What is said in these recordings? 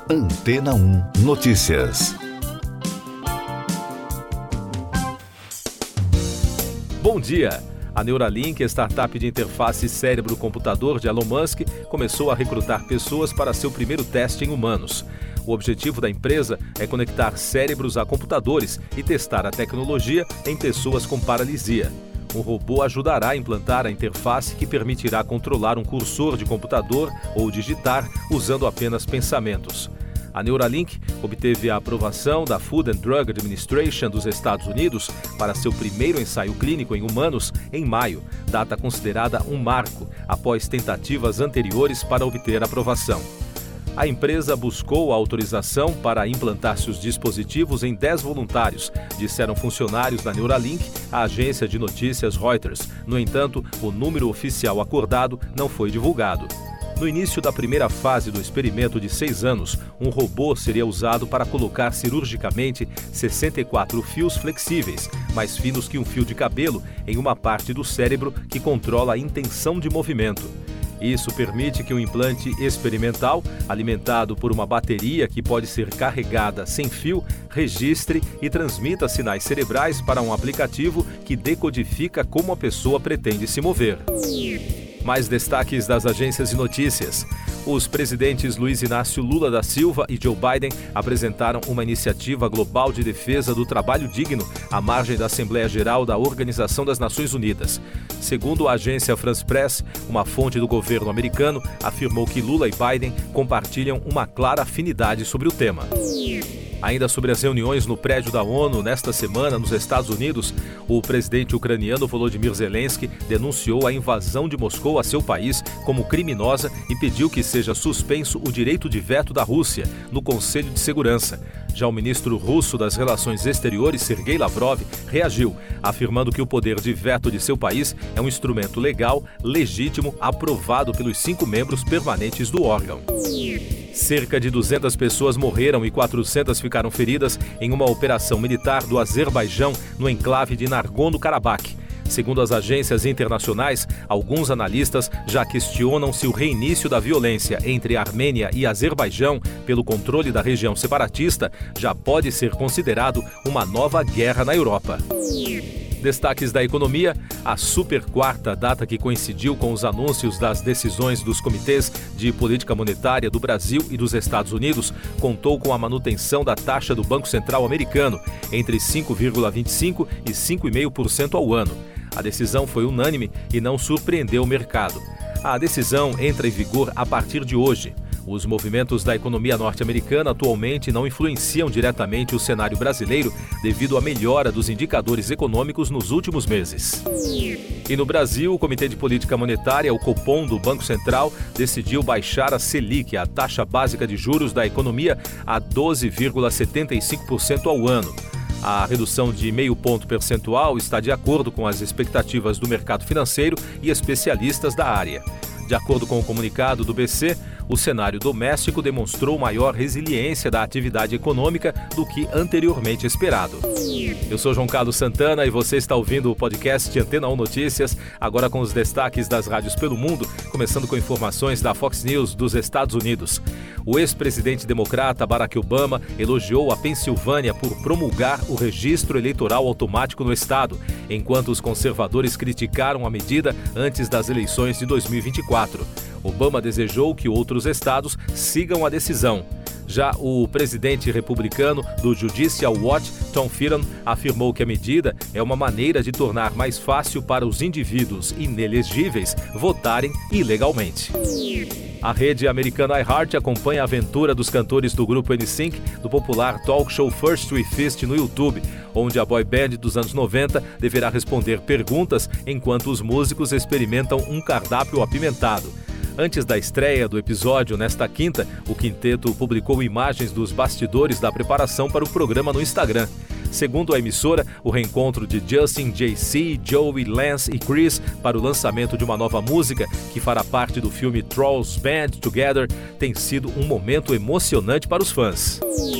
Antena 1 Notícias. Bom dia! A Neuralink, startup de interface cérebro-computador de Elon Musk, começou a recrutar pessoas para seu primeiro teste em humanos. O objetivo da empresa é conectar cérebros a computadores e testar a tecnologia em pessoas com paralisia. O robô ajudará a implantar a interface que permitirá controlar um cursor de computador ou digitar usando apenas pensamentos. A Neuralink obteve a aprovação da Food and Drug Administration dos Estados Unidos para seu primeiro ensaio clínico em humanos em maio, data considerada um marco, após tentativas anteriores para obter aprovação. A empresa buscou a autorização para implantar seus dispositivos em 10 voluntários, disseram funcionários da Neuralink à agência de notícias Reuters. No entanto, o número oficial acordado não foi divulgado. No início da primeira fase do experimento de 6 anos, um robô seria usado para colocar cirurgicamente 64 fios flexíveis, mais finos que um fio de cabelo, em uma parte do cérebro que controla a intenção de movimento. Isso permite que um implante experimental, alimentado por uma bateria que pode ser carregada sem fio, registre e transmita sinais cerebrais para um aplicativo que decodifica como a pessoa pretende se mover. Mais destaques das agências de notícias. Os presidentes Luiz Inácio Lula da Silva e Joe Biden apresentaram uma iniciativa global de defesa do trabalho digno à margem da Assembleia Geral da Organização das Nações Unidas. Segundo a agência France Press, uma fonte do governo americano afirmou que Lula e Biden compartilham uma clara afinidade sobre o tema. Ainda sobre as reuniões no prédio da ONU nesta semana nos Estados Unidos, o presidente ucraniano Volodymyr Zelensky denunciou a invasão de Moscou a seu país como criminosa e pediu que seja suspenso o direito de veto da Rússia no Conselho de Segurança. Já o ministro russo das Relações Exteriores, Sergei Lavrov, reagiu, afirmando que o poder de veto de seu país é um instrumento legal, legítimo, aprovado pelos 5 membros permanentes do órgão. Cerca de 200 pessoas morreram e 400 ficaram feridas em uma operação militar do Azerbaijão no enclave de Nagorno-Karabakh. Segundo as agências internacionais, alguns analistas já questionam se o reinício da violência entre Armênia e Azerbaijão pelo controle da região separatista já pode ser considerado uma nova guerra na Europa. Destaques da economia: a super quarta, data que coincidiu com os anúncios das decisões dos comitês de política monetária do Brasil e dos Estados Unidos, contou com a manutenção da taxa do Banco Central americano entre 5,25% e 5,5% ao ano. A decisão foi unânime e não surpreendeu o mercado. A decisão entra em vigor a partir de hoje. Os movimentos da economia norte-americana atualmente não influenciam diretamente o cenário brasileiro devido à melhora dos indicadores econômicos nos últimos meses. E no Brasil, o Comitê de Política Monetária, o Copom do Banco Central, decidiu baixar a Selic, a taxa básica de juros da economia, a 12,75% ao ano. A redução de 0,5 ponto percentual está de acordo com as expectativas do mercado financeiro e especialistas da área. De acordo com o comunicado do BC, o cenário doméstico demonstrou maior resiliência da atividade econômica do que anteriormente esperado. Eu sou João Carlos Santana e você está ouvindo o podcast Antena 1 Notícias, agora com os destaques das rádios pelo mundo, começando com informações da Fox News dos Estados Unidos. O ex-presidente democrata Barack Obama elogiou a Pensilvânia por promulgar o registro eleitoral automático no estado, enquanto os conservadores criticaram a medida antes das eleições de 2024. Obama desejou que outros estados sigam a decisão. Já o presidente republicano do Judicial Watch, Tom Fitton, afirmou que a medida é uma maneira de tornar mais fácil para os indivíduos inelegíveis votarem ilegalmente. A rede americana iHeart acompanha a aventura dos cantores do grupo NSYNC do popular talk show First We Feast no YouTube, onde a boy band dos anos 90 deverá responder perguntas enquanto os músicos experimentam um cardápio apimentado. Antes da estreia do episódio, nesta quinta, o quinteto publicou imagens dos bastidores da preparação para o programa no Instagram. Segundo a emissora, o reencontro de Justin, JC, Joey, Lance e Chris para o lançamento de uma nova música que fará parte do filme Trolls Band Together tem sido um momento emocionante para os fãs.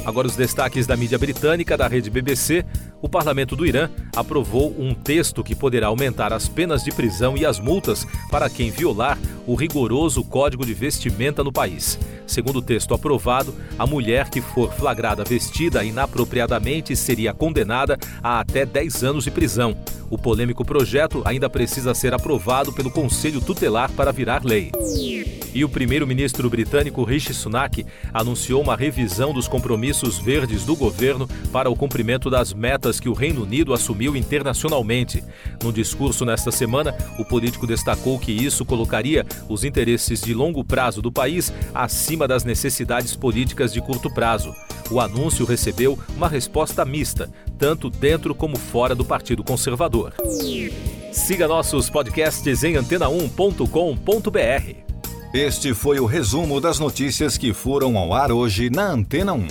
Agora os destaques da mídia britânica da rede BBC. O parlamento do Irã aprovou um texto que poderá aumentar as penas de prisão e as multas para quem violar o rigoroso código de vestimenta no país. Segundo o texto aprovado, a mulher que for flagrada vestida inapropriadamente seria condenada a até 10 anos de prisão. O polêmico projeto ainda precisa ser aprovado pelo Conselho Tutelar para virar lei. E o primeiro-ministro britânico Rishi Sunak anunciou uma revisão dos compromissos verdes do governo para o cumprimento das metas que o Reino Unido assumiu internacionalmente. No discurso nesta semana, o político destacou que isso colocaria os interesses de longo prazo do país acima das necessidades políticas de curto prazo. O anúncio recebeu uma resposta mista, tanto dentro como fora do Partido Conservador. Siga nossos podcasts em antena1.com.br. Este foi o resumo das notícias que foram ao ar hoje na Antena 1.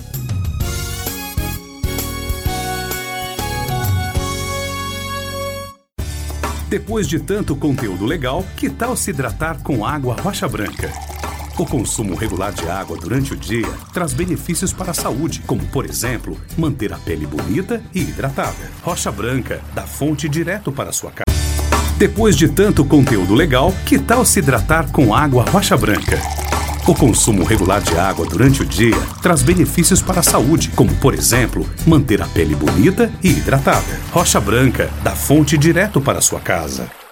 Depois de tanto conteúdo legal, que tal se hidratar com água Rocha Branca? O consumo regular de água durante o dia traz benefícios para a saúde, como, por exemplo, manter a pele bonita e hidratada. Rocha Branca, da fonte direto para a sua casa. Depois de tanto conteúdo legal, que tal se hidratar com água Rocha Branca? O consumo regular de água durante o dia traz benefícios para a saúde, como, por exemplo, manter a pele bonita e hidratada. Rocha Branca, da fonte direto para a sua casa.